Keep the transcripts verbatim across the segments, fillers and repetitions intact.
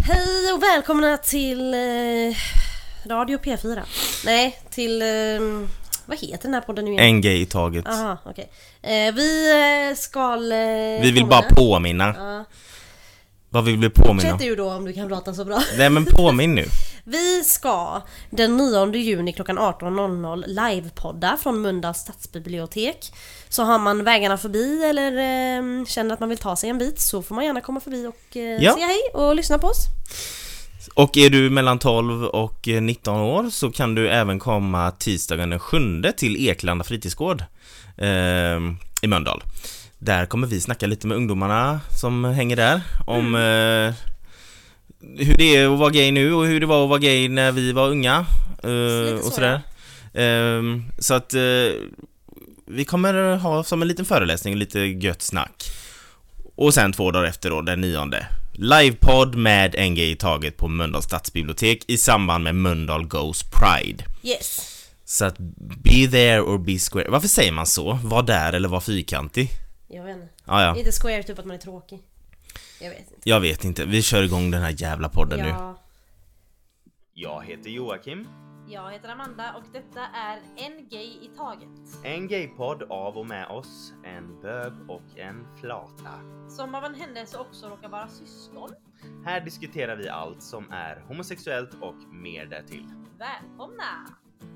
Hej och välkomna till eh, Radio P fyra. Nej, till eh, vad heter den här podden nu igen? En gay i taget. Aha, okej. Okay. Eh, vi eh, ska eh, Vi vill påminna. bara påminna. Ja. Vad vill vi påminna? Fortsätter ju då om du kan prata så bra. Nej, men påminn nu. Vi ska den nionde juni klockan arton noll noll livepodda från Mölndals stadsbibliotek. Så har man vägarna förbi eller eh, känner att man vill ta sig en bit, så får man gärna komma förbi och eh, Ja. säga hej och lyssna på oss. Och är du mellan tolv och nitton år så kan du även komma tisdagen den sjunde till Eklanda fritidsgård eh, i Mölndal. Där kommer vi snacka lite med ungdomarna som hänger där om mm. eh, hur det är att vara gay nu och hur det var att vara gay när vi var unga eh, och sådär. Eh, så att eh, vi kommer ha som en liten föreläsning, lite gött snack. Och sen två dagar efter då, den nionde, livepodd med en gay i taget på Mölndals stadsbibliotek i samband med Mölndal Goes Pride. Yes. Så att be there or be square. Varför säger man så? Var där eller var fyrkantig? Jag vet inte. Ah, ja. Inte square, typ att man är tråkig. Jag vet inte. Jag vet inte. Vi kör igång den här jävla podden ja. nu. Jag heter Joakim. Jag heter Amanda och detta är En gay i taget. En gaypodd av och med oss, en bög och en flata. Som av en händelse också råkar vara syskon. Här diskuterar vi allt som är homosexuellt och mer därtill. Välkomna!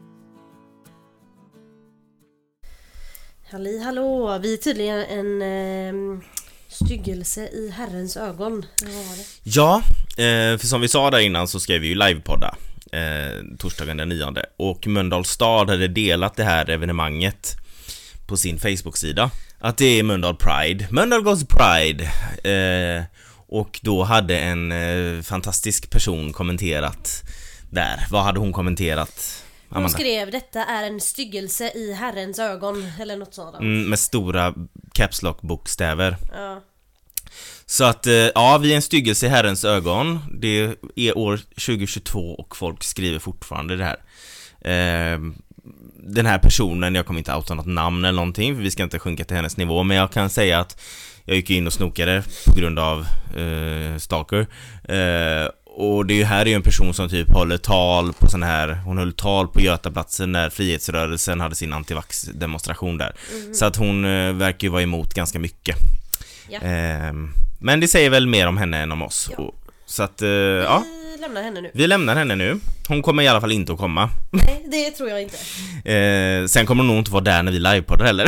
Halli hallå, vi är tydligen en eh, styggelse i Herrens ögon. Vad var det? Ja, eh, för som vi sa där innan så ska vi ju livepodda eh, torsdagen den nionde. Och Mölndals stad hade delat det här evenemanget på sin Facebook-sida. Att det är Mölndal Pride. Mölndal Goes Pride. Eh, och då hade en eh, fantastisk person kommenterat där. Vad hade hon kommenterat? Hon Amanda. skrev detta är en styggelse i Herrens ögon eller något sådant. Mm, med stora caps lock bokstäver. Ja. Så att, eh, ja, vi är en styggelse i Herrens ögon. Det är år tjugohundratjugotvå och folk skriver fortfarande det här. Eh, den här personen, jag kommer inte outa något namn eller någonting, för vi ska inte sjunka till hennes nivå, men jag kan säga att jag gick in och snokade på grund av eh, stalker. Eh, och det är ju här är ju en person som typ håller tal på sån här, hon höll tal på Götaplatsen när frihetsrörelsen hade sin antivax-demonstration där. Mm. Så att hon eh, verkar ju vara emot ganska mycket. Ja. Eh, men det säger väl mer om henne än om oss. Ja. Och, så att, eh, ja. Vi lämnar henne nu. Vi lämnar henne nu. Hon kommer i alla fall inte att komma. Nej, det tror jag inte. Eh, sen kommer hon nog inte vara där när vi livepoddar heller.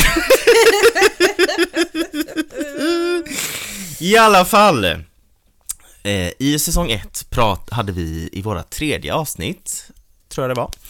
I alla fall. Eh, I säsong ett prat hade vi i våra tredje avsnitt, tror jag det var.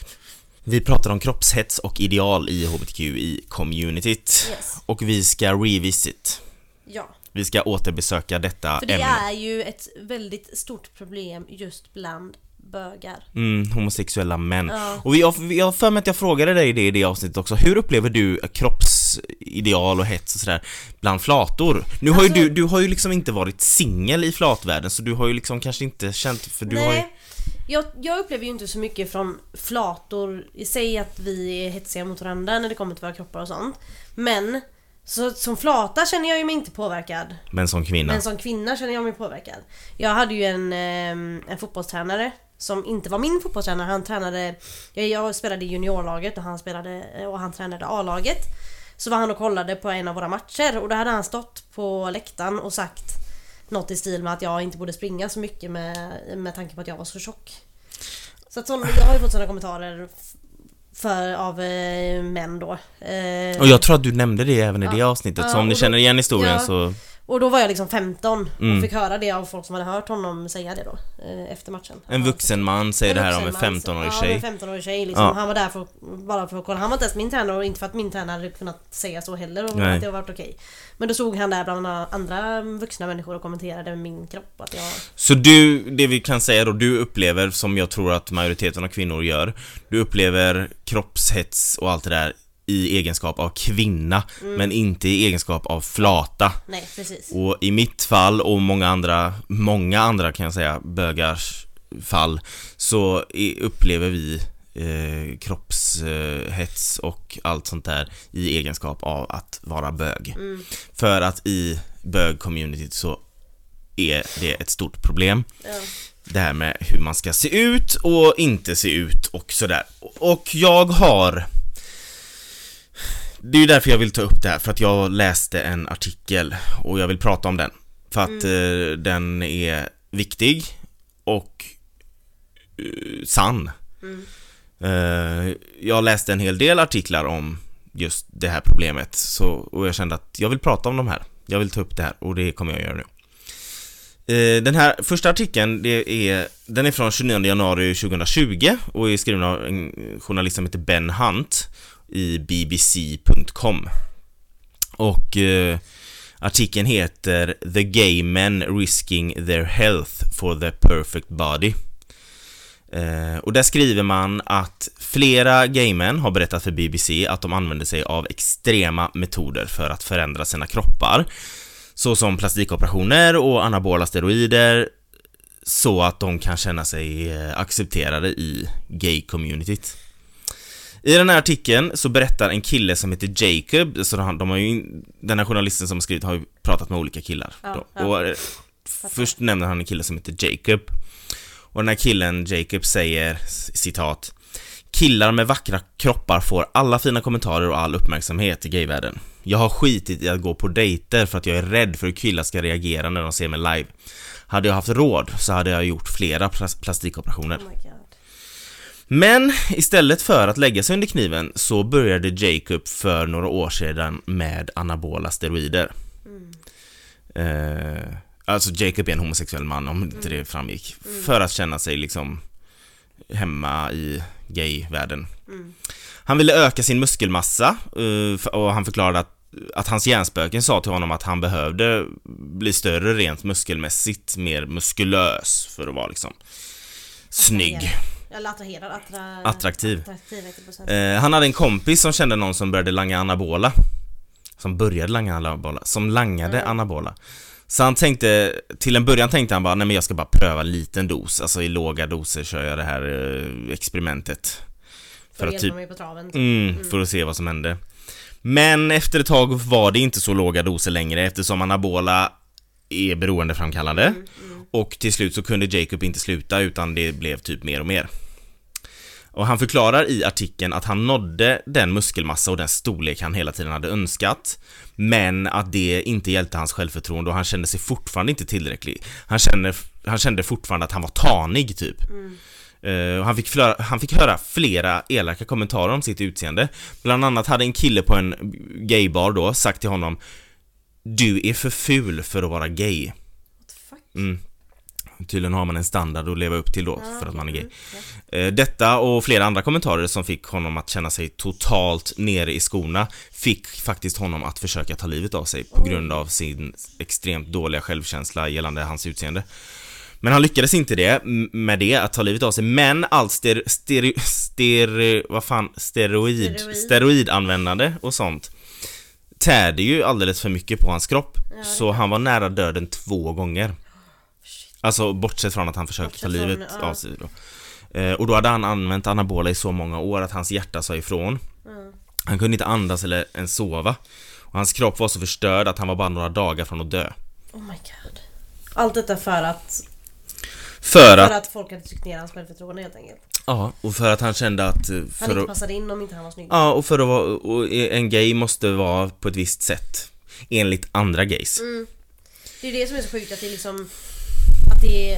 Vi pratade om kroppshets och ideal i H B T Q i-communityt. Yes. Och vi ska revisit. Ja. Vi ska återbesöka detta För det ämne. är ju ett väldigt stort problem just bland bögar. Mm, homosexuella män. Ja. Och jag, jag har för mig att jag frågade dig det i det avsnittet också. Hur upplever du kroppsideal och hets och sådär bland flator? Nu har Alltså, ju du, du har ju liksom inte varit singel i flatvärlden, så du har ju liksom kanske inte känt, för du nej, har ju... jag, jag upplever ju inte så mycket från flator i sig att vi är hetsiga mot varandra när det kommer till våra kroppar och sånt. Men så, som flata känner jag ju mig inte påverkad. Men som kvinna. Men som kvinna känner jag mig påverkad. Jag hade ju en, en fotbollstränare som inte var min fotbollstränare. Han tränade, jag, jag spelade i juniorlaget och han spelade och han tränade A-laget. Så var han och kollade på en av våra matcher och då hade han stått på läktaren och sagt något i stil med att jag inte borde springa så mycket med, med tanke på att jag var så tjock. Så att sån, jag har ju fått sådana kommentarer för, av eh, män då. Eh, Och jag tror att du nämnde det även i ja. det avsnittet. Ja, Så om ni då, känner igen historien ja. så... Och då var jag liksom femton Mm. och fick höra det av folk som hade hört honom säga det då eh, efter matchen. En vuxen man säger En det här om en vuxen man, femton-årig ja, tjej. en femton-årig tjej liksom. Ja. Han var där för, bara för att kolla. Han var inte ens min tränare och inte för att min tränare hade kunnat säga så heller och Nej. att det har varit okej. Men då såg han där bland andra vuxna människor och kommenterade min kropp att jag... Så du, det vi kan säga då, du upplever, som jag tror att majoriteten av kvinnor gör, du upplever kroppshets och allt det där i egenskap av kvinna, mm. men inte i egenskap av flata. Nej, precis. Och i mitt fall och många andra, många andra kan jag säga, bögars fall, så upplever vi eh, kroppshets och allt sånt där i egenskap av att vara bög. Mm. För att i bög-communityt så är det ett stort problem. Ja. Det här med hur man ska se ut och inte se ut och sådär. Och jag har... Det är ju därför jag vill ta upp det här, för att jag läste en artikel och jag vill prata om den. För att mm. eh, den är viktig och eh, sann. Mm. Eh, jag läste en hel del artiklar om just det här problemet, så, och jag kände att jag vill prata om de här. Jag vill ta upp det här och det kommer jag göra nu. Eh, den här första artikeln, det är, den är från tjugonionde januari tjugohundratjugo och är skriven av en journalist som heter Ben Hunt i b b c punkt com. Och eh, artikeln heter The Gay Men Risking Their Health for the Perfect Body. Eh, och där skriver man att flera gaymän har berättat för B B C att de använder sig av extrema metoder för att förändra sina kroppar, såsom plastikoperationer och anabola steroider, så att de kan känna sig accepterade i gay-communityt. I den här artikeln så berättar en kille som heter Jacob, så de har ju, den här journalisten som har skrivit har ju pratat med olika killar. Ja, ja. Och först nämner han en kille som heter Jacob. Och den här killen, Jacob, säger, citat: killar med vackra kroppar får alla fina kommentarer och all uppmärksamhet i gayvärlden. Jag har skitit i att gå på dejter för att jag är rädd för hur killar ska reagera när de ser mig live. Hade jag haft råd så hade jag gjort flera plastikoperationer. Oh my God. Men istället för att lägga sig under kniven så började Jacob för några år sedan med anabola steroider. Mm. Eh, alltså Jacob är en homosexuell man, om inte mm. det framgick. Mm. För att känna sig liksom hemma i gayvärlden. Mm. Han ville öka sin muskelmassa och han förklarade att, att hans hjärnspöken sa till honom att han behövde bli större rent muskelmässigt, mer muskulös för att vara liksom snygg. Eller attraherad, attra... attraktiv. attraktiv eh, han hade en kompis som kände någon som började langa anabola. Som började langa anabola. Som langade mm. anabola. Så han tänkte, till en början tänkte han bara, nej men jag ska bara pröva en liten dos. Alltså i låga doser kör jag det här eh, experimentet. För, för att typ, på traven, typ. Mm, mm. för att se vad som hände. Men efter ett tag var det inte så låga doser längre, eftersom anabola är beroendeframkallande. Mm, mm. Och till slut så kunde Jacob inte sluta, utan det blev typ mer och mer. Och han förklarar i artikeln att han nådde den muskelmassa och den storlek han hela tiden hade önskat, men att det inte hjälpte hans självförtroende och han kände sig fortfarande inte tillräcklig. Han kände, han kände fortfarande att han var tanig typ. Mm. Uh, han, fick flera, han fick höra flera elaka kommentarer om sitt utseende. Bland annat hade en kille på en gaybar då sagt till honom: du är för ful för att vara gay. What the fuck? Mm. Tydligen har man en standard att leva upp till då, ja, för att man är gay. Mm. uh, Detta och flera andra kommentarer som fick honom att känna sig totalt nere i skorna fick faktiskt honom att försöka ta livet av sig på grund av sin extremt dåliga självkänsla gällande hans utseende. Men han lyckades inte det med det, att ta livet av sig. Men allt ster, ster, ster, vad fan, steroid, steroid. steroidanvändande och sånt tärde ju alldeles för mycket på hans kropp. Ja, så han var nära döden två gånger. Shit. Alltså bortsett från att han försökte bortsett ta livet från, ja. av sig då. Eh, Och då hade han använt anabola i så många år att hans hjärta sa ifrån. Mm. Han kunde inte andas eller ens sova. Och hans kropp var så förstörd att han var bara några dagar från att dö. Oh my God. Allt detta för att För, för att, att folk hade tryckt ner hans självförtroende helt enkelt. Ja, och för att han kände att för han inte att, passade in om inte han var snygg. Ja, och för att vara, och en gay måste vara på ett visst sätt enligt andra gays. Mm. Det är det som är så sjukt, att det är liksom att det är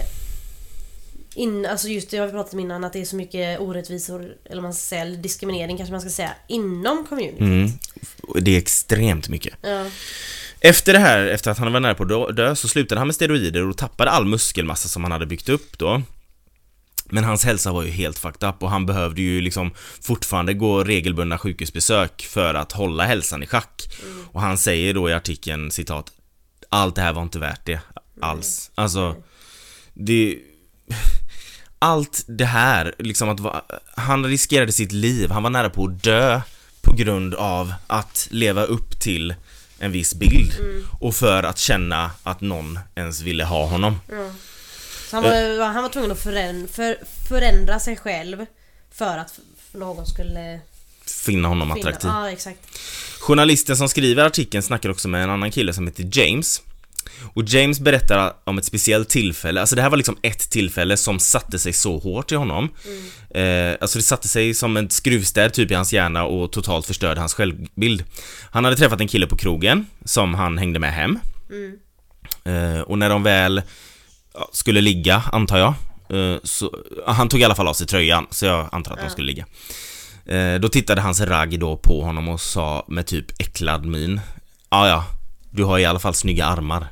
in, alltså just det jag har pratat om innan, att det är så mycket orättvisor, eller man ska säga diskriminering kanske man ska säga, inom communityt. Mm. Det är extremt mycket. Ja. Efter det här, efter att han var nära på att dö, så slutade han med steroider och tappade all muskelmassa som han hade byggt upp då. Men hans hälsa var ju helt fucked up och han behövde ju liksom fortfarande gå regelbundna sjukhusbesök för att hålla hälsan i schack. Mm. Och han säger då i artikeln, citat: allt det här var inte värt det alls. Mm. Alltså det, allt det här liksom, att va, han riskerade sitt liv. Han var nära på att dö på grund av att leva upp till en viss bild. Mm. Och för att känna att någon ens ville ha honom. Mm. Så han, var, han var tvungen att förändra, för, förändra sig själv för att för någon skulle finna honom finna. attraktiv. Ja, exakt. Journalisten som skriver artikeln snackar också med en annan kille som heter James. Och James berättar om ett speciellt tillfälle. Alltså det här var liksom ett tillfälle som satte sig så hårt i honom. Mm. eh, Alltså det satte sig som en skruvstäd typ i hans hjärna och totalt förstörde hans självbild. Han hade träffat en kille på krogen som han hängde med hem. Mm. eh, Och när de väl ja, skulle ligga, antar jag, eh, så, han tog i alla fall av sig tröjan. Så jag antar att ja. de skulle ligga. eh, Då tittade hans ragg då på honom och sa med typ äcklad min: ja ja, du har i alla fall snygga armar.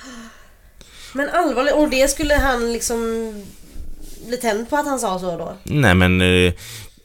Men allvarligt, och det skulle han liksom bli tänd på att han sa så då? Nej men eh,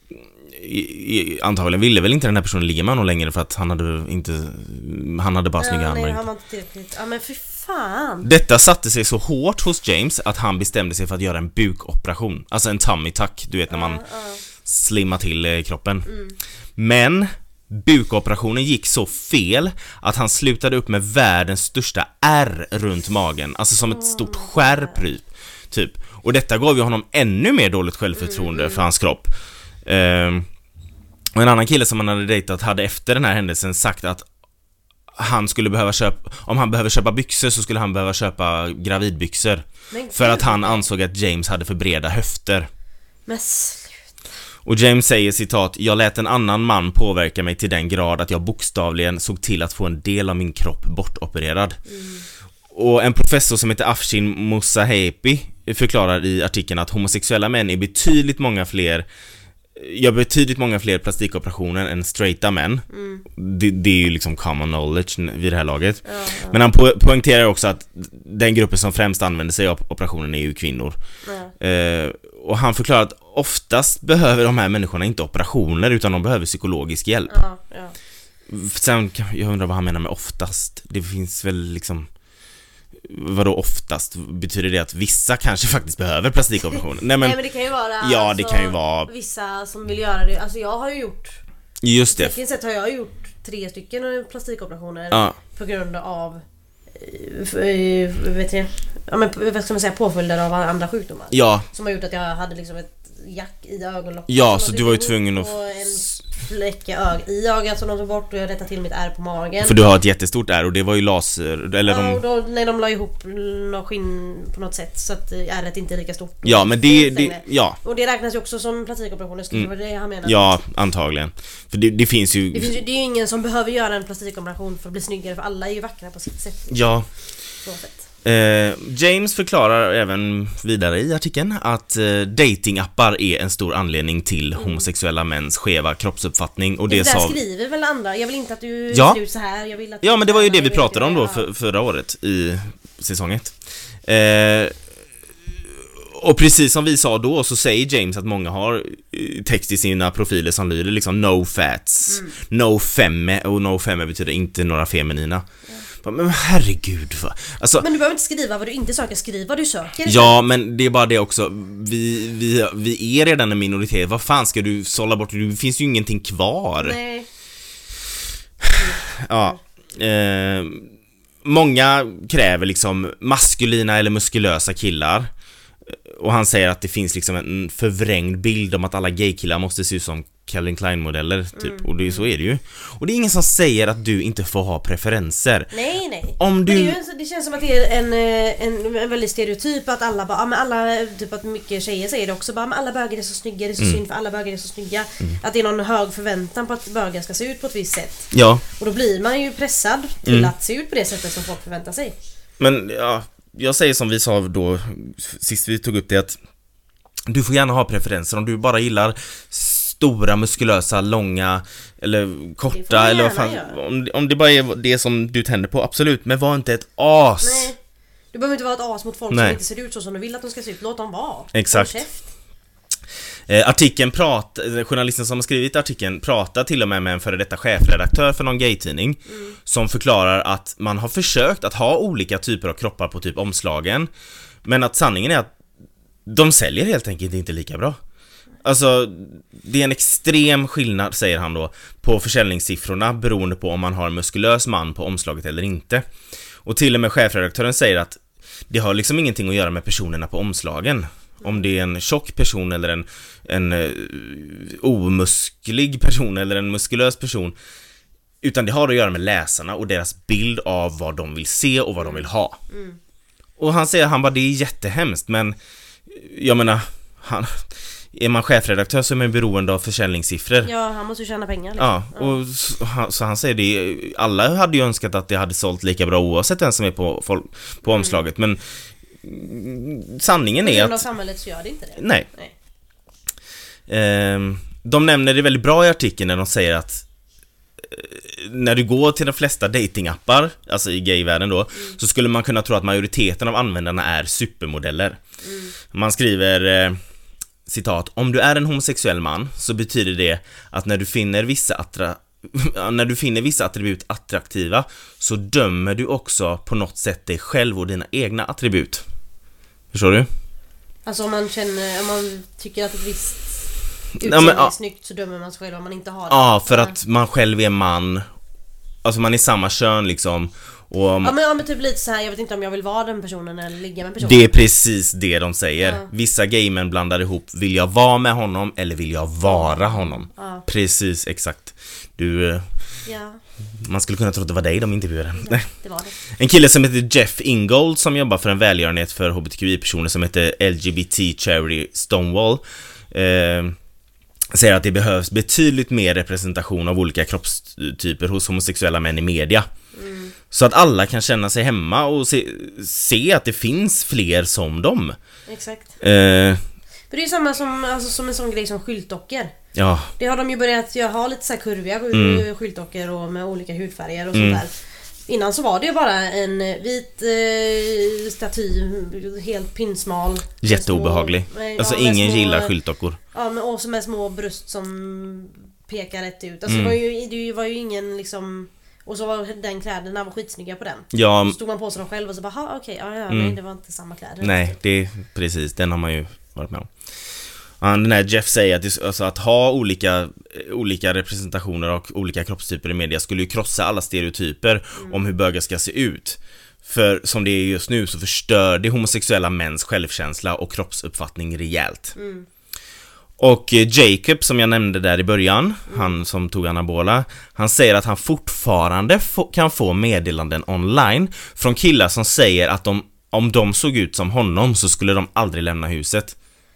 antagligen ville väl inte den här personen ligga med honom längre för att han hade inte han hade bara snygga ja, armar. Nej, han var inte tillräckligt. Ja men för fan. Detta satte sig så hårt hos James att han bestämde sig för att göra en bukoperation. Alltså en tummy tuck, du vet när man ja, ja. slimmar till eh, kroppen. Mm. Men bukoperationen gick så fel att han slutade upp med världens största ärr runt magen. Alltså som ett stort skärp typ. Och detta gav ju honom ännu mer dåligt självförtroende mm. för hans kropp. ehm, Och en annan kille som han hade dejtat hade efter den här händelsen sagt att han skulle behöva köpa, om han behöver köpa byxor så skulle han behöva köpa gravidbyxor. För att han ansåg att James hade för breda höfter. Men och James säger citat: jag lät en annan man påverka mig till den grad att jag bokstavligen såg till att få en del av min kropp bortopererad. Mm. Och en professor som heter Afshin Musahepi förklarar i artikeln att homosexuella män är betydligt många fler gör betydligt många fler plastikoperationer än straighta män. Mm. Det, det är ju liksom common knowledge vid det här laget. Ja, ja. Men han po- poängterar också att den gruppen som främst använder sig av operationen är ju kvinnor. Ja. Eh, och han förklarar att oftast behöver de här människorna inte operationer utan de behöver psykologisk hjälp. Ja, ja. Sen, jag undrar vad han menar med oftast. Det finns väl liksom... Vadå oftast? Betyder det att vissa kanske faktiskt behöver plastikoperationer? Nej men, Nej, men det kan ju vara ja, alltså, det kan ju vara vissa som vill göra det. Alltså jag har ju gjort just det. På sätt har jag gjort tre stycken plastikoperationer ja. på grund av vet jag, ja men vad ska man säga, påföljder av andra sjukdomar. Ja. Som har gjort att jag hade liksom ett jack i ögonlocket. Ja, så du var ju tvungen att... En fläck i ögat som de tog bort och jag rättade till mitt ärr på magen. För du har ett jättestort ärr och det var ju laser... Eller ja, de... och då, när de la ihop någon skinn på något sätt så att ärret inte är lika stort. Ja, men det... det ja. Och det räknas ju också som plastikoperationer, skulle mm. det vara det han menar? Ja, antagligen. För det, det finns ju... Det, finns ju... det är ju ingen som behöver göra en plastikoperation för att bli snyggare, för alla är ju vackra på sitt sätt. Ja. Så sätt. Eh, James förklarar även vidare i artikeln att eh, datingappar är en stor anledning till mm. homosexuella mäns skeva kroppsuppfattning. Och det, det där sa... skriver väl andra. Jag vill inte att du ja. ser ut så här. Jag vill att ja, men det var ju det vi pratade om då för, förra året i säsong ett. Eh, och precis som vi sa då så säger James att många har text i sina profiler som lyder liksom no fats, mm. no femme, och no femme betyder inte några feminina. Mm. Men herregud va? Alltså, men du behöver inte skriva vad du inte söker, skriva vad du söker. Ja, men det är bara det också. Vi, vi, vi är redan en minoritet. Vad fan ska du sålla bort? Det finns ju ingenting kvar. Nej. Ja. Eh, många kräver liksom maskulina eller muskulösa killar. Och han säger att det finns liksom en förvrängd bild om att alla gaykillar måste se ut som Calvin Klein-modeller typ. Mm. Och det, så är det ju. Och det är ingen som säger att du inte får ha preferenser. Nej, nej. Om du... Men det, är ju, det känns som att det är en, en, en väldigt stereotyp att alla bara, ja, men alla, typ att mycket tjejer säger det också, bara, men alla bögar är så snygga, det är så mm. synd för alla bögar är så snygga. Mm. Att det är någon hög förväntan på att bögar ska se ut på ett visst sätt. Ja. Och då blir man ju pressad till mm. att se ut på det sättet som folk förväntar sig. Men ja, jag säger som vi sa då sist vi tog upp det, att du får gärna ha preferenser. Om du bara gillar stora, muskulösa, långa eller korta, eller vad fan, om, om det bara är det som du tänder på, absolut, men var inte ett as. Nej. Du behöver inte vara ett as mot folk Nej. Som inte ser ut så som du vill att de ska se ut. Låt dem vara. Exakt. Eh, artikeln prat, journalisten som har skrivit artikeln pratar till och med med en före detta chefredaktör för någon gaytidning mm. som förklarar att man har försökt att ha olika typer av kroppar på typ omslagen, men att sanningen är att de säljer helt enkelt inte lika bra. Alltså, det är en extrem skillnad, säger han då, på försäljningssiffrorna beroende på om man har en muskulös man på omslaget eller inte. Och till och med chefredaktören säger att det har liksom ingenting att göra med personerna på omslagen. Om det är en tjock person eller en, en uh, omusklig person eller en muskulös person. utan det har att göra med läsarna och deras bild av vad de vill se och vad de vill ha. Mm. Och han säger, han bara, det är jättehemskt, men jag menar, han, är man chefredaktör så är man beroende av försäljningssiffror. Ja, han måste ju tjäna pengar liksom. Ja, och så han, så han säger det, alla hade ju önskat att det hade sålt lika bra oavsett vem som är på, på mm. omslaget, men sanningen är att av samhället så gör det inte det. Nej, nej. Ehm, de nämner det väldigt bra i artikeln när de säger att när du går till de flesta datingappar, alltså i gayvärlden då, mm. så skulle man kunna tro att majoriteten av användarna är supermodeller. Mm. Man skriver eh, citat, om du är en homosexuell man så betyder det att när du finner vissa attra- när du finner vissa attribut attraktiva så dömer du också på något sätt dig själv och dina egna attribut. Förstår du? Alltså om man känner, om man tycker att ett visst ja, men, är snyggt så dömer man sig själv om man inte har det. Ja, för att man själv är man. Alltså man är samma kön liksom. Och, ja, men, ja men typ lite så här, jag vet inte om jag vill vara den personen eller ligga med personen. Det är precis det de säger. Ja. Vissa gaymän blandar ihop, vill jag vara med honom eller vill jag vara honom? Ja. Precis, exakt. Du... Ja. Man skulle kunna tro att det var dig de intervjuade. Nej, det var det. En kille som heter Jeff Ingold som jobbar för en välgörenhet för hbtqi-personer som heter L G B T Charity Stonewall eh, säger att det behövs betydligt mer representation av olika kroppstyper hos homosexuella män i media. Mm. Så att alla kan känna sig hemma och se, se att det finns fler som dem. Exakt. Eh, För det är ju samma som, alltså, som en sån grej som skyltdockor. Ja. Det har de ju börjat göra, ha lite så här kurviga mm. skyltdockor och med olika hudfärger och sånt mm. där. Innan så var det ju bara en vit eh, staty, helt pinsmal. Jätteobehaglig. Små, alltså ja, ingen små, gillar skyltdockor. Ja, men också med små bröst som pekar rätt ut. Alltså mm. det, var ju, det var ju ingen liksom... Och så var den kläderna var skitsnygga på den. Ja. Så stod man på sig dem själv och så bara, okej, okay, ja, ja, mm. nej, det var inte samma kläder. Nej, det är precis, den har man ju varit med om. Den här Jeff säger att, det, alltså att ha olika, olika representationer och olika kroppstyper i media skulle ju krossa alla stereotyper mm. om hur bögar ska se ut. För som det är just nu så förstör det homosexuella mäns självkänsla och kroppsuppfattning rejält. Mm. Och Jacob som jag nämnde där i början, mm. han som tog anabola, han säger att han fortfarande få, kan få meddelanden online från killar som säger att de, om de såg ut som honom så skulle de aldrig lämna huset.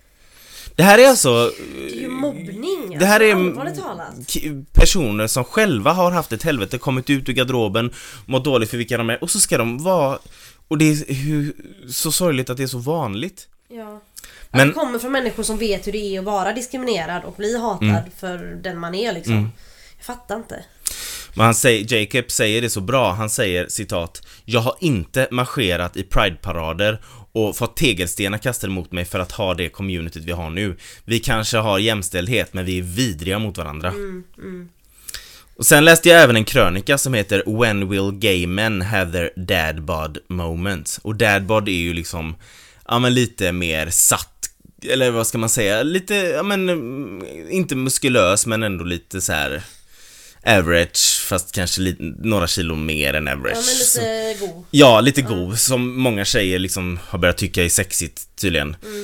Det här är alltså... Det är ju mobbning. Det här är alltså, personer som själva har haft ett helvete, kommit ut ur garderoben, mått dåligt för vilka de är, och så ska de vara... Och det är hur, så sorgligt att det är så vanligt. Ja. Men det kommer från människor som vet hur det är att vara diskriminerad och bli hatad mm. för den man är liksom. Mm. Jag fattar inte. Men han säger, Jacob säger det så bra. Han säger, citat, jag har inte marscherat i Pride-parader och fått tegelstenar kastade mot mig för att ha det communityt vi har nu. Vi kanske har jämställdhet, men vi är vidriga mot varandra. Mm, mm. Och sen läste jag även en krönika som heter When will gay men have their dad bod moments? Och dad bod är ju liksom, ja men lite mer satt, eller vad ska man säga, lite, ja men inte muskulös men ändå lite så här average, fast kanske lite, några kilo mer än average. Ja, men lite god. Ja, lite god, mm. som många tjejer liksom har börjat tycka är sexigt tydligen. Mm.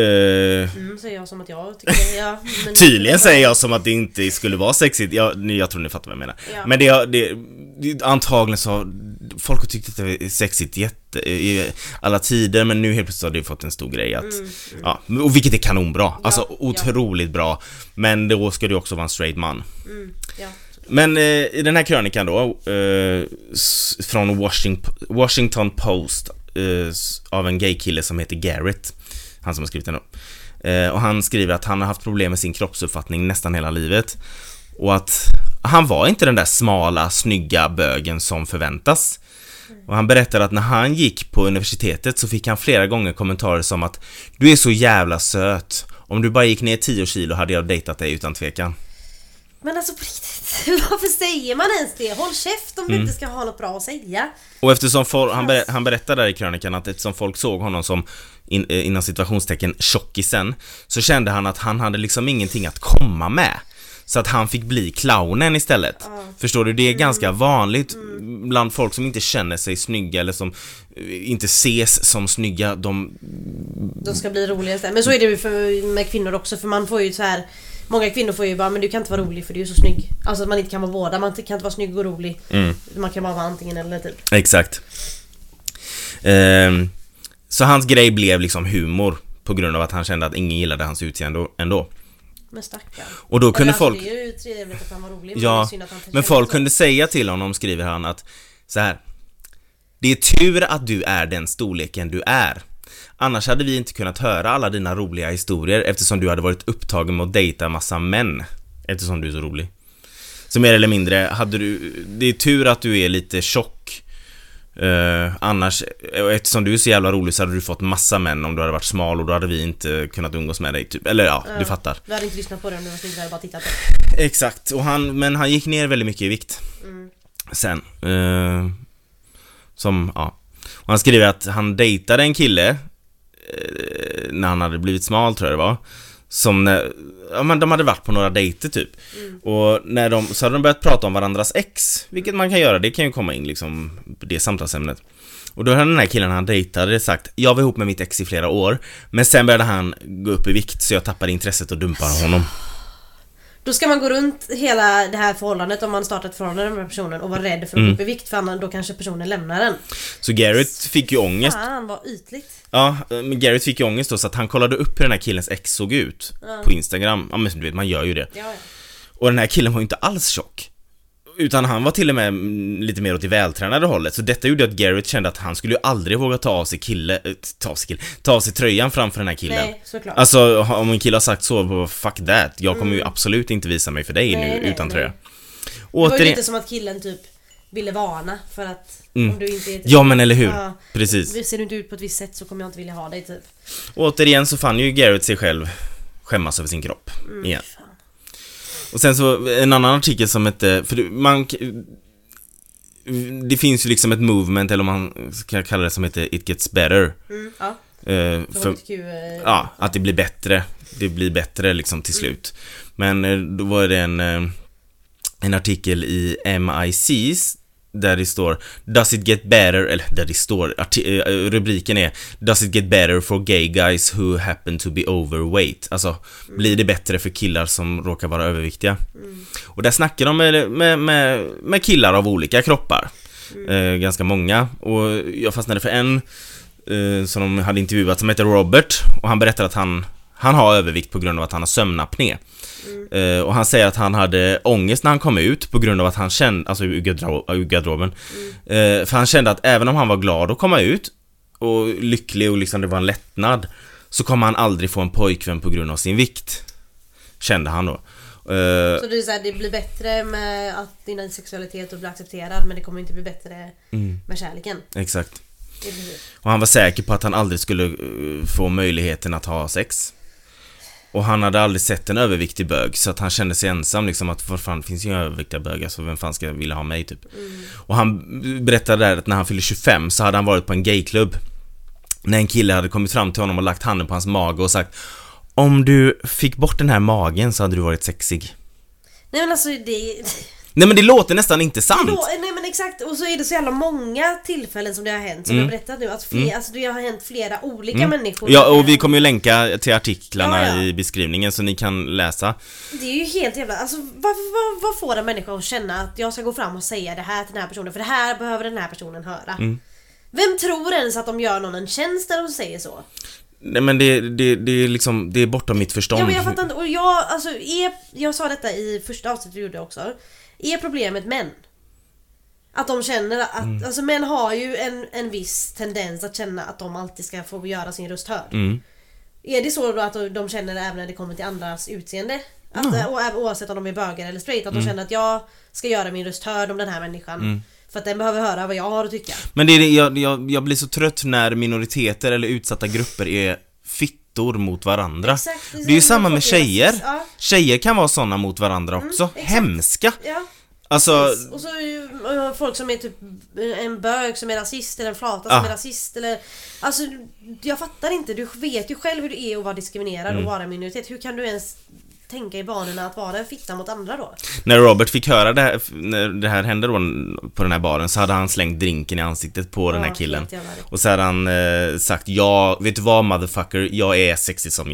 Uh, mm, säger jag som att jag tycker det, ja, men tydligen säger jag som att det inte skulle vara sexigt. Jag, jag tror ni fattar vad jag menar. Ja. Men det, det, det antagligen så folk har tyckt att det är sexigt jätte, i alla tider, men nu helt plötsligt har det fått en stor grej att, mm, mm. ja, och vilket är kanonbra. Ja, alltså otroligt ja. bra. Men då ska det också vara en straight man. Mm, ja. Men eh, i den här krönikan då eh, från Washington, Washington Post eh, av en gaykille som heter Garrett, han som har skrivit den då. Eh, och han skriver att han har haft problem med sin kroppsuppfattning nästan hela livet och att han var inte den där smala, snygga bögen som förväntas. Och han berättar att när han gick på universitetet så fick han flera gånger kommentarer som att du är så jävla söt. Om du bara gick ner tio kilo hade jag dejtat dig utan tvekan. Men alltså på riktigt, varför säger man ens det? Håll käft om du mm. inte ska ha något bra att säga. Och eftersom folk, han, ber, han berättar där i krönikan att eftersom folk såg honom som in, innan situationstecken tjockisen, så kände han att han hade liksom ingenting att komma med. Så att han fick bli clownen istället. Ja. Förstår du, det är mm. ganska vanligt mm. bland folk som inte känner sig snygga eller som inte ses som snygga. De, de ska bli roliga. Men så är det ju för, med kvinnor också, för man får ju så här Många kvinnor får ju bara, men du kan inte vara rolig för du är så snygg. Alltså att man inte kan vara båda, man kan inte vara snygg och rolig. Mm. Man kan bara vara antingen eller typ. Exakt. Ehm, så hans grej blev liksom humor på grund av att han kände att ingen gillade hans utseende ändå. Men stackarn. Och då kunde alltså, folk... Det är ju trevligt att han var rolig. Ja, men, han men folk kunde säga till honom, skriver han, att så här: det är tur att du är den storleken du är. Annars hade vi inte kunnat höra alla dina roliga historier eftersom du hade varit upptagen med att dejta massa män. Eftersom du är så rolig. Så mer eller mindre, hade du, det är tur att du är lite tjock. Uh, annars, eftersom du är så jävla rolig så hade du fått massa män om du hade varit smal och då hade vi inte kunnat umgås med dig typ. Eller ja, ja, du fattar. Du hade inte lyssnat på det om du var snygg, du hade bara tittat på det. Exakt, och han, men han gick ner väldigt mycket i vikt. Mm. Sen uh, Som, ja. Och han skriver att han dejtade en kille uh, när han hade blivit smal, tror jag det var. Som när, ja, men de hade varit på några dejter typ. Mm. Och när de, så hade de börjat prata om varandras ex. Vilket man kan göra, det kan ju komma in liksom, det samtalsämnet. Och då hade den här killen han dejtade sagt: jag var ihop med mitt ex i flera år, men sen började han gå upp i vikt så jag tappade intresset och dumpade honom. Då ska man gå runt hela det här förhållandet, om man startar ett förhållande med personen, och vara rädd för att mm. gå upp i vikt, för annars, då kanske personen lämnar den. Så Garrett fick ju ångest. Fan, vad ytligt. Ja, men Garrett fick ju ångest då, så att han kollade upp hur den här killens ex såg ut ja. på Instagram. Ja, men du vet, man gör ju det. Ja, ja. Och den här killen var ju inte alls tjock, utan han var till och med lite mer åt det vältränade hållet. Så detta gjorde att Garrett kände att han skulle ju aldrig våga ta av sig kille ta av sig, kille, ta av sig tröjan framför den här killen. Nej, såklart. Alltså om en kille har sagt så, fuck that. Jag kommer mm. ju absolut inte visa mig för dig nej, nu nej, utan nej. tröja. Det var ju lite som att killen typ ville varna för att mm. om du inte är typ, ja, men eller hur? Ja, precis. Ser du inte ut på ett visst sätt så kommer jag inte vilja ha dig typ. Och återigen så fann ju Garrett sig själv skämmas över sin kropp mm, igen. Fan. Och sen så en annan artikel som hette, för man, det finns ju liksom ett movement, eller om man ska kalla det, som heter It Gets Better. Mm, ja. Uh, för, ja, att det blir bättre. Det blir bättre liksom till slut. Mm. Men då var det en, en artikel i M I C's där det står Does it get better, eller där det står arti- rubriken är Does it get better for gay guys who happen to be overweight. Alltså, mm. blir det bättre för killar som råkar vara överviktiga? Mm. Och där snackar de med, med, med, med killar av olika kroppar. Mm. eh, Ganska många. Och jag fastnade för en eh, som de hade intervjuat, som heter Robert. Och han berättar att han Han har övervikt på grund av att han har sömnapné. Mm. Uh, och han säger att han hade ångest när han kom ut på grund av att han kände, alltså ur garderoben. Mm. Uh, för han kände att även om han var glad att komma ut och lycklig och liksom det var en lättnad, så kommer han aldrig få en pojkvän på grund av sin vikt. Kände han då. Uh, så du säger det blir bättre med att din sexualitet och bli accepterad, men det kommer inte bli bättre mm. med kärleken. Exakt. Och han var säker på att han aldrig skulle uh, få möjligheten att ha sex. Och han hade aldrig sett en överviktig bög, så att han kände sig ensam liksom, att för fan finns ju en överviktiga bögar, så vem fan ska vilja ha mig typ. Mm. Och han berättade där att när han fyllde tjugofem så hade han varit på en gayklubb när en kille hade kommit fram till honom och lagt handen på hans mage och sagt: om du fick bort den här magen så hade du varit sexig. Nej men alltså det... Nej men det låter nästan inte sant. Då, nej men exakt, och så är det så jävla många tillfällen som det har hänt, som mm. jag berättat nu, att fler, mm. alltså det har hänt flera olika mm. människor. Ja, och vi kommer ju länka till artiklarna ja, ja. i beskrivningen så ni kan läsa. Det är ju helt jävla, alltså vad, vad, vad får en människa att känna att jag ska gå fram och säga det här till den här personen, för det här behöver den här personen höra. Mm. Vem tror ens att de gör någon en tjänst när de säger så? Nej men det, det, det är liksom, det är bortom mitt förstånd. Ja men jag fattar inte, och jag, alltså, är, jag sa detta i första avsnittet vi gjorde också. Är problemet män? Att de känner att, mm. alltså män har ju en, en viss tendens att känna att de alltid ska få göra sin röst hörd. Mm. Är det så då att de känner även när det kommer till andras utseende? Att, mm. och, oavsett om de är bögar eller straight, att mm. de känner att jag ska göra min röst hörd om den här människan. Mm. För att den behöver höra vad jag har att tycka. Men det är det, jag, jag, jag blir så trött när minoriteter eller utsatta grupper är fittor mot varandra. Exakt, det är, det är ju samma med tjejer. Ja. Tjejer kan vara såna mot varandra också. Mm, hemska. Ja. Alltså... Och så är ju folk som är typ en bög som är rasist, eller en flata som ah. är rasist, eller... Alltså, jag fattar inte. Du vet ju själv hur det är att vara diskriminerad mm. och vara minoritet. Hur kan du ens tänka i banorna att vara en fitta mot andra då? När Robert fick höra det här, när det här hände då på den här baren, så hade han slängt drinken i ansiktet på ja, den här killen. Och så hade han eh, sagt: ja, vet du vad motherfucker, jag är sexig som jag är.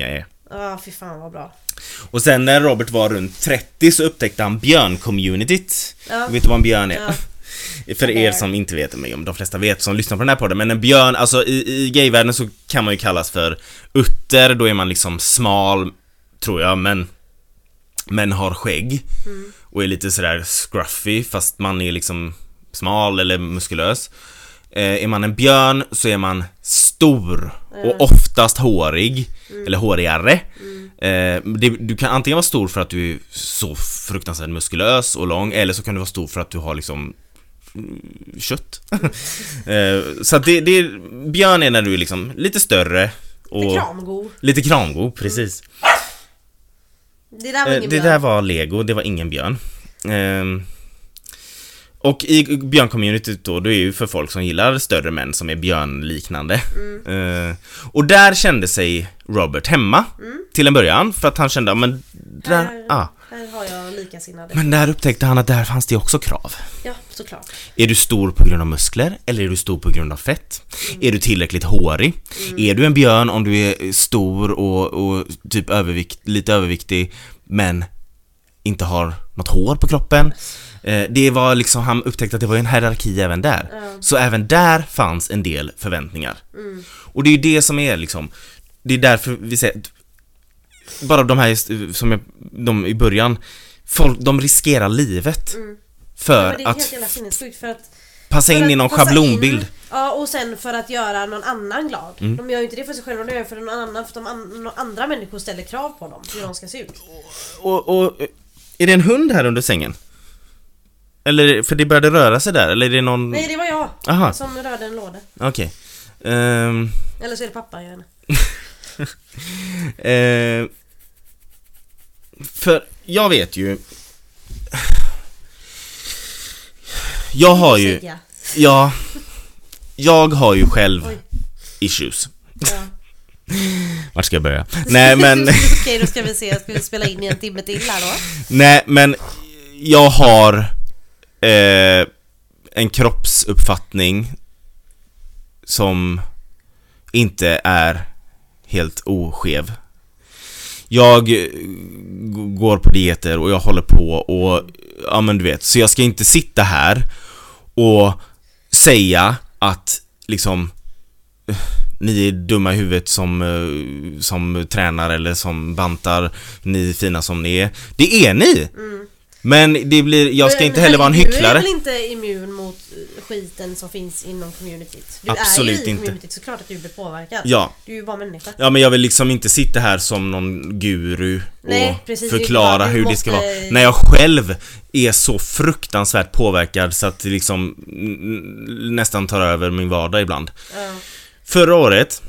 Ja, fy fan vad bra. Och sen när Robert var runt trettio så upptäckte han björn-communityt. Ja. Vet du vad en björn är? Ja. För er som inte vet, om de flesta vet som lyssnar på den här podden. Men en björn, alltså i, i gayvärlden så kan man ju kallas för utter. Då är man liksom smal, tror jag, men men har skägg. Mm. Och är lite sådär scruffy, fast man är liksom smal eller muskulös. eh, Är man en björn så är man stor mm. och oftast hårig. Mm. Eller hårigare. Mm. eh, det, Du kan antingen vara stor för att du är så fruktansvärt muskulös och lång, eller så kan du vara stor för att du har liksom kött. eh, Så att det, det björn är när du är liksom lite större och lite kramgo. Lite kramgo, precis. Det där var ingen Det björn. där var Lego, det var ingen björn. Ehm, och i björncommunityt då, det är ju för folk som gillar större män som är björnliknande. Mm. Ehm, och där kände sig Robert hemma mm. till en början, för att han kände, men där, här, ah. här har jag likasinnade. Men där upptäckte han att där fanns det också krav. Ja, såklart. Är du stor på grund av muskler eller är du stor på grund av fett? Mm. Är du tillräckligt hårig? Mm. Är du en björn om du är stor och, och typ övervikt, lite överviktig men inte har något hår på kroppen? Eh, det var liksom, han upptäckte att det var en hierarki även där. Mm. Så även där fanns en del förväntningar. Mm. Och det är ju det som är liksom, det är därför vi säger, bara de här som jag, de i början, folk, de riskerar livet. Mm. För ja, att, för att passa in för i någon schablonbild in, ja, och sen för att göra någon annan glad. Mm. De gör ju inte det för sig själva, de gör det för någon annan. För att de an, andra människor ställer krav på dem, hur de ska se ut. och, och, är det en hund här under sängen? Eller, för det började röra sig där, eller är det någon... Nej, det var jag. Aha. Som rörde en låda. Okej. Okay. um... Eller så är det pappa, gärna. uh... För jag vet ju, jag har ju, ja, jag har ju själv Oj. issues. Ja. Vart ska jag börja? Nej, men okej, då ska vi se, ska vi spela in i en timme till här då? Nej, men jag har eh, en kroppsuppfattning som inte är helt oskev. Jag går på dieter och jag håller på och ja, men du vet, så jag ska inte sitta här och säga att liksom ni är dumma i huvudet som som tränar eller som bantar, ni är fina som ni är. Det är ni. Mm. Men det blir, jag ska men, inte heller vara en hycklare. Du är väl inte immun mot skiten som finns inom communityt? Du Absolut är ju i inte. Communityt, så klart att du blir påverkad. Ja. Du är ju bara människa. Ja, men jag vill liksom inte sitta här som någon guru Nej, och precis, förklara hur måste... det ska vara. När jag själv är så fruktansvärt påverkad så att det liksom nästan tar över min vardag ibland. Ja. Förra året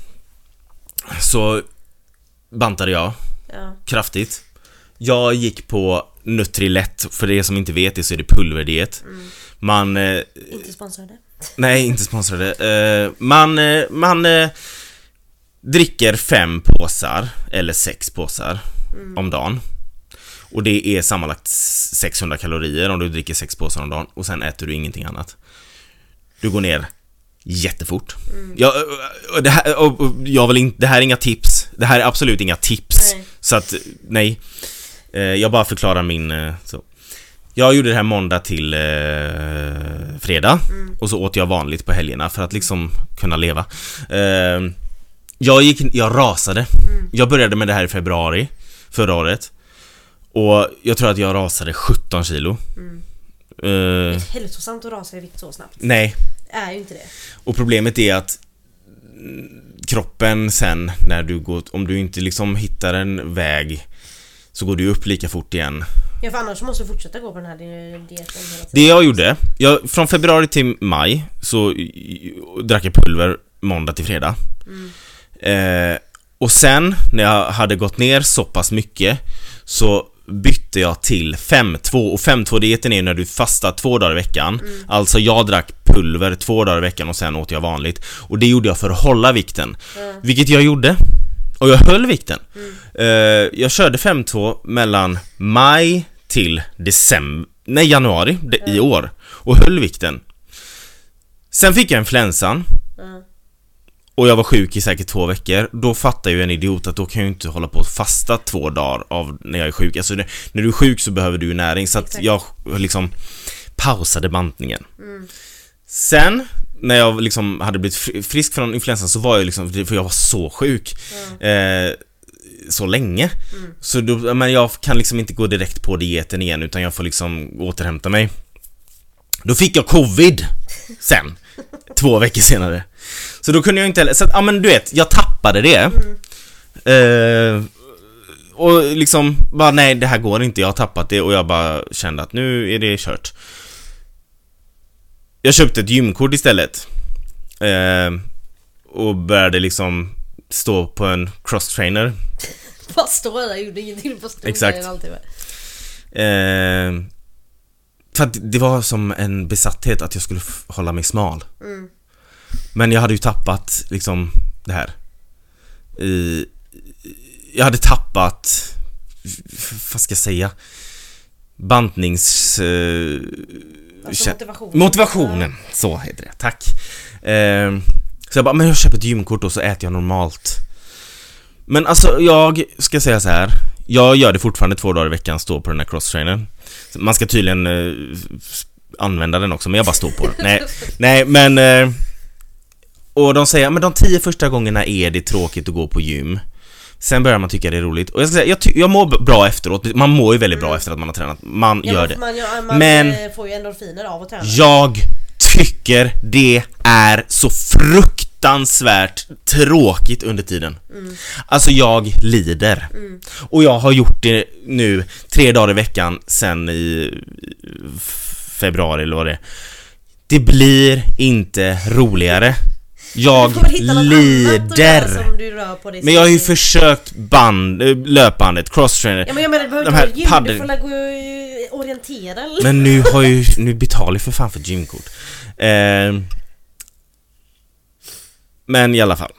så bantade jag ja. kraftigt. Jag gick på Nutrilett, för det som inte vet det så är det pulverdiet. Mm. Man eh, inte sponsrade. Nej, inte sponsrade. Eh, man eh, man eh, dricker fem påsar eller sex påsar mm. om dagen. Och det är sammanlagt sexhundra kalorier om du dricker sex påsar om dagen, och sen äter du ingenting annat. Du går ner jättefort. Mm. Jag, det här, och jag vill inte, det här är inga tips. Det här är absolut inga tips. Nej. Så att nej. Jag bara förklarar min så. Jag gjorde det här måndag till eh, fredag mm. och så åt jag vanligt på helgerna för att liksom kunna leva. Eh, jag gick, jag rasade. Mm. Jag började med det här i februari förra året. Och jag tror att jag rasade sjutton kilo. Mm. Eh, det är hälsosamt att rasa i vikt så snabbt. Nej. Det är ju inte det. Och problemet är att kroppen sen när du går, om du inte liksom hittar en väg, så går du upp lika fort igen. Ja, för annars måste du fortsätta gå på den här dieten hela tiden. Det jag gjorde, jag, från februari till maj så drack jag pulver måndag till fredag. Mm. Eh, och sen när jag hade gått ner så pass mycket så bytte jag till fem två. Och fem två-dieten är när du fastar två dagar i veckan. Mm. Alltså jag drack pulver två dagar i veckan och sen åt jag vanligt. Och det gjorde jag för att hålla vikten. Mm. Vilket jag gjorde. Och jag höll vikten. Mm. Uh, jag körde fem två mellan maj till december, nej januari de, mm. i år. Och höll vikten. Sen fick jag influensan. Mm. och jag var sjuk i säkert två veckor, då fattar ju en idiot att då kan jag ju inte hålla på att fasta två dagar av när jag är sjuk. Alltså det, när du är sjuk så behöver du ju näring, så att Exakt. jag liksom pausade bantningen. Mm. Sen när jag liksom hade blivit frisk från influensan så var jag liksom, för jag var så sjuk mm. eh, så länge mm. så då, men jag kan liksom inte gå direkt på dieten igen, utan jag får liksom återhämta mig. Då fick jag covid sen två veckor senare, så då kunde jag inte, så att, ja men du vet, jag tappade det mm. eh, och liksom bara nej, det här går inte, jag har tappat det, och jag bara kände att nu är det kört. Jag köpte ett gymkort istället eh, och började liksom stå på en cross-trainer. Bara stå där, gjorde ingenting på stå. Exakt. Eh, för att det var som en besatthet att jag skulle f- hålla mig smal. Mm. Men jag hade ju tappat liksom det här. I, jag hade tappat, vad ska jag säga, bantnings... Eh, Alltså motivationen. Motivationen, så heter det, tack. eh, Så jag bara, men jag köper ett gymkort och så äter jag normalt. Men alltså, jag ska säga så här. Jag gör det fortfarande två dagar i veckan, stå på den här cross-trainern. Man ska tydligen eh, använda den också, men jag bara står på den. Nej, nej men eh, och de säger, men de tio första gångerna är det tråkigt att gå på gym. Sen börjar man tycka det är roligt. Och jag ska säga, jag, ty- jag mår bra efteråt. Man mår ju väldigt bra mm. efter att man har tränat. Man ja, gör det. Man, gör, man men får ju endorfiner av att träna. Jag tycker det är så fruktansvärt tråkigt under tiden. Mm. Alltså jag lider. Mm. Och jag har gjort det nu tre dagar i veckan sen i februari eller vad det är. Det blir inte roligare. Jag lider. Som du rör på dig. Men jag har ju försökt band, löpbandet, cross-trainer. Ja men jag menar, du behöver inte ha gym, du får la gå och orientera eller? Men nu har ju, nu betalar jag för fan för gymkort. eh, Men i alla fall,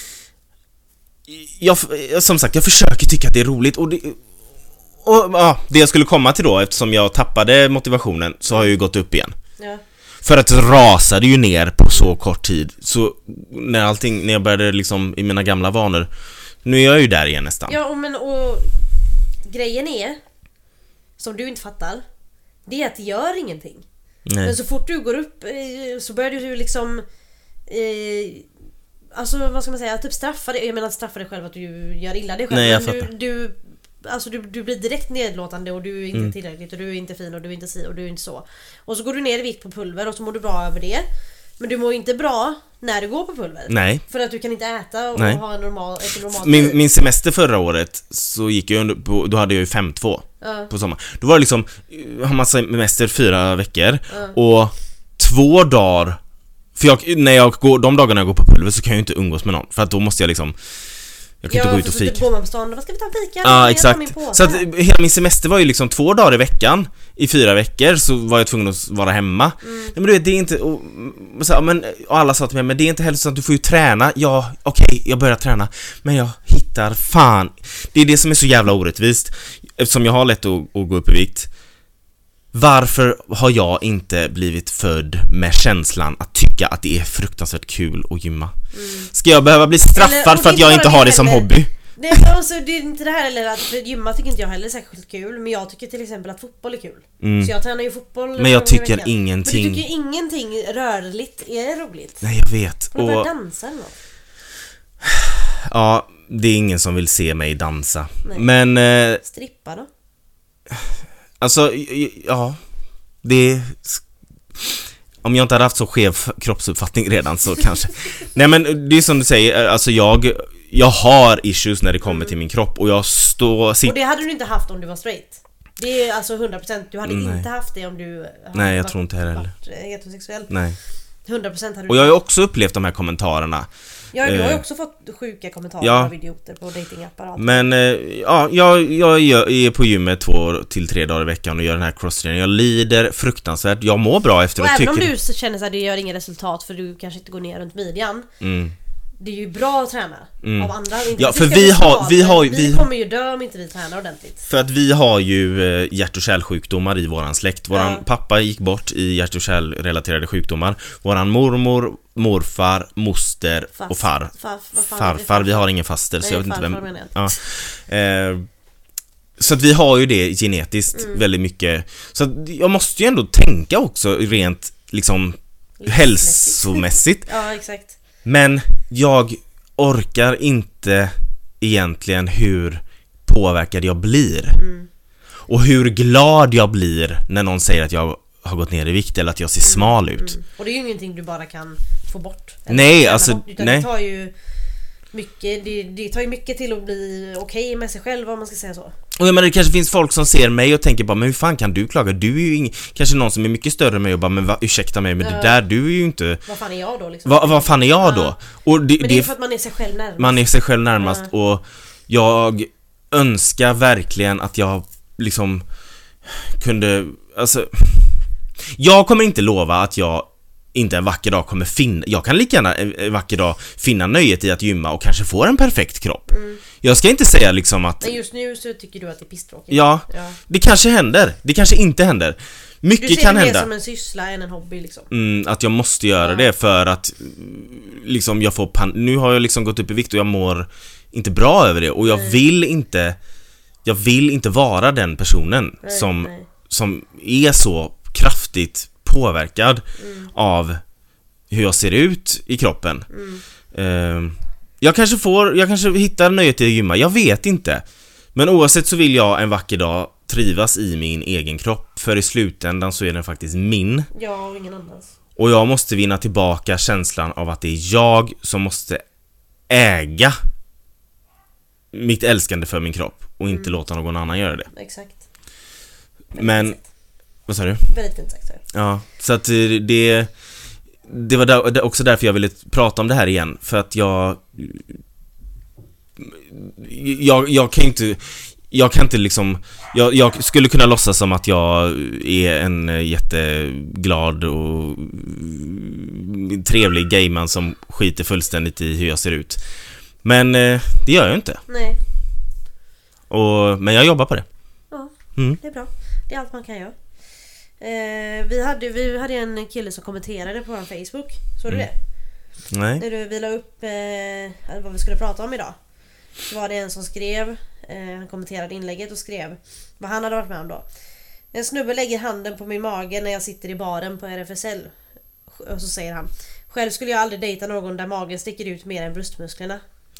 jag, som sagt, jag försöker tycka att det är roligt. Och det, och, ja, det jag skulle komma till då, eftersom jag tappade motivationen, så har jag ju gått upp igen. Ja. För att det rasade ju ner på så kort tid. Så när allting, när jag började liksom i mina gamla vanor, nu är jag ju där igen nästan. Ja, men och grejen är, som du inte fattar, det är att det gör ingenting. Nej. Men så fort du går upp så börjar du liksom eh, alltså vad ska man säga, typ straffa dig. Jag menar straffa dig själv att du gör illa dig själv. Nej, jag men du, du Alltså du, du blir direkt nedlåtande och du är inte mm. tillräckligt och du är inte fin och du är inte si och du är inte så. Och så går du ner i vikt på pulver och så mår du bra över det. Men du mår inte bra när du går på pulver. Nej. För att du kan inte äta och Nej. ha en normal, ett normalt min, min semester förra året så gick jag under på, då hade jag ju fem två uh. på sommar. Då var det liksom, har man semester fyra veckor uh. och två dagar. För jag, när jag går, de dagarna jag går på pulver så kan jag ju inte umgås med någon. För att då måste jag liksom, jag kan ja, inte gå ut och fika. Ja, går man på stan, vad ska vi ta en fika? Ja, exakt. Så att hela min semester var ju liksom två dagar i veckan. I fyra veckor så var jag tvungen att vara hemma. Mm. Men du vet, det är inte och, så, men, och alla sa till mig, men det är inte heller så att du får ju träna. Ja, okej, okay, jag börjar träna. Men jag hittar fan. Det är det som är så jävla orättvist. Eftersom jag har lätt att, att gå upp i vikt. Varför har jag inte blivit född med känslan att tycka att det är fruktansvärt kul att gymma? Mm. Ska jag behöva bli straffad eller, för att jag inte har det som heller. hobby? Nej, alltså, det är inte det här eller att för gymma tycker inte jag heller är särskilt kul. Men jag tycker till exempel att fotboll är kul. Mm. Så jag tränar ju fotboll. Men jag tycker ingenting. Men du tycker ingenting rörligt är roligt. Nej, jag vet. Och börja dansa eller något. Ja, det är ingen som vill se mig dansa. Nej. Men eh... strippa då? Alltså, ja, det, om jag inte hade haft så skev kroppsuppfattning redan så kanske. Nej, men det är som du säger, alltså jag, jag har issues när det kommer mm. till min kropp och jag står... Sit- och det hade du inte haft om du var straight. Det är alltså hundra procent, du hade Nej. inte haft det om du hade Nej, jag varit, tror inte heller. heterosexuell. Nej. hundra procent hade du. Och jag har ju också upplevt de här kommentarerna. Ja, du har ju också fått sjuka kommentarer ja. av idioter på datingappar och allt. Men ja, jag, jag är på gymmet två till tre dagar i veckan och gör den här cross-training. Jag lider fruktansvärt. Jag mår bra efter och och även tycker... om du känner att det gör ingen resultat för du kanske inte går ner runt midjan. Mm. det är ju bra att träna mm. av andra. Inte ja, för vi har, vi har vi, vi kommer ju dö om inte vi tränar ordentligt. För att vi har ju hjärt- och kärlsjukdomar i våran släkt. Våran ja. pappa gick bort i hjärt- och kärlrelaterade sjukdomar. Våran mormor, morfar, moster Fast, och far. far farfar, vi har ingen faster. Nej, så jag vet inte vem. Ja. Eh, så att vi har ju det genetiskt mm. väldigt mycket. Så att jag måste ju ändå tänka också rent liksom hälsomässigt. Ja, exakt. Men jag orkar inte egentligen hur påverkad jag blir. Mm. Och hur glad jag blir när någon säger att jag har gått ner i vikt eller att jag ser smal ut. Mm. Och det är ju ingenting du bara kan få bort. Nej, alltså bort, utan nej. Det tar ju mycket, det, det tar ju mycket till att bli okej okay med sig själv, om man ska säga så. Och jag menar, det kanske finns folk som ser mig och tänker bara, men hur fan kan du klaga? Du är ju ing... kanske någon som är mycket större än mig och bara, men va, ursäkta mig, men uh, det där, du är ju inte... Vad fan är jag då liksom? Va, vad fan är jag då? Uh. Och det, men det är för att man är sig själv närmast. Man är sig själv närmast uh. och jag önskar verkligen att jag liksom kunde, alltså... Jag kommer inte lova att jag inte en vacker dag kommer finna... Jag kan lika gärna en vacker dag finna nöjet i att gymma och kanske få en perfekt kropp. Mm. Jag ska inte säga liksom att... Men just nu så tycker du att det är pisstråkigt. Ja, ja, det kanske händer. Det kanske inte händer. Mycket kan hända. Du ser det som en syssla än en hobby liksom. Mm, att jag måste göra ja. det för att liksom jag får pan... Nu har jag liksom gått upp i vikt och jag mår inte bra över det. Och jag nej. vill inte... Jag vill inte vara den personen nej, som, nej. som är så kraftigt påverkad mm. av hur jag ser ut i kroppen. Mm. Uh, jag kanske får, jag kanske hittar nöjet i att gymma, jag vet inte. Men oavsett så vill jag en vacker dag trivas i min egen kropp, för i slutändan så är den faktiskt min. Ja, och ingen annans. Och jag måste vinna tillbaka känslan av att det är jag som måste äga mitt älskande för min kropp och inte mm. låta någon annan göra det. Exakt. Men vad sa du? Väldigt fint sagt. Ja, så att det det var där, också därför jag ville prata om det här igen, för att jag jag, jag kan inte jag kan inte liksom jag, jag skulle kunna låtsas som att jag är en jätteglad och trevlig gayman som skiter fullständigt i hur jag ser ut. Men det gör jag inte. Nej. Och, men jag jobbar på det. Ja, mm. det är bra. Det är allt man kan göra. Eh, vi, hade, vi hade en kille som kommenterade på vår Facebook. Såg du mm. det? Nej. När du ville upp eh, vad vi skulle prata om idag, så var det en som skrev, eh, han kommenterade inlägget och skrev vad han hade varit med om då. En snubbe lägger handen på min mage när jag sitter i baren på R F S L. Och så säger han: själv skulle jag aldrig dejta någon där magen sticker ut mer än bröstmusklerna.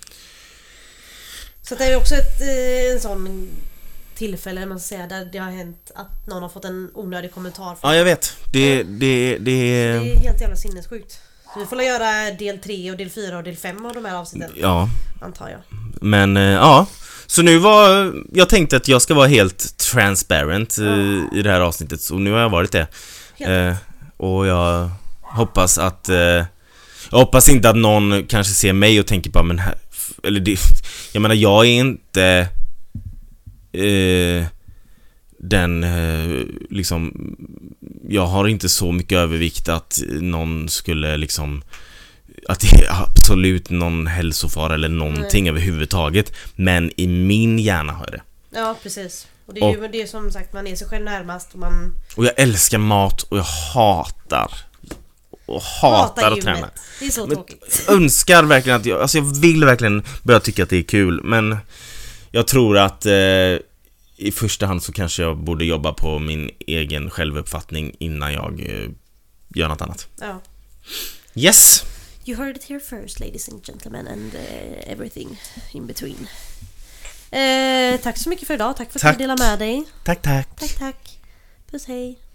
Så det är också ett, en sån tillfälle, man säger, där det har hänt att någon har fått en onödig kommentar. Ja, jag vet. Det, det, det, det är helt jävla sinnessjukt. Så vi får göra del tre och del fyra och del fem av de här avsnitten. Ja. Antar jag. Men, ja. Så nu var... Jag tänkte att jag ska vara helt transparent ja. i det här avsnittet. Så nu har jag varit det. Eh, och jag hoppas att... Eh, jag hoppas inte att någon kanske ser mig och tänker på, men här... Eller det, jag menar, jag är inte... Eh, den eh, liksom, jag har inte så mycket övervikt att någon skulle liksom, att det är absolut någon hälsofara eller någonting Nej. överhuvudtaget, men i min hjärna har jag det. Ja, precis. Och det är ju och, det är som sagt, man är sig själv närmast och man... Och jag älskar mat och jag hatar och hatar, hatar att träna. Det är så tråkigt. Önskar verkligen att jag, alltså jag vill verkligen börja tycka att det är kul, men jag tror att eh, i första hand så kanske jag borde jobba på min egen självuppfattning innan jag eh, gör något annat. Ja. Yes. You heard it here first, ladies and gentlemen, and uh, everything in between. Eh, tack så mycket för idag. Tack för att tack. du delade med dig. Tack, tack. Tack, tack. Puss, hej.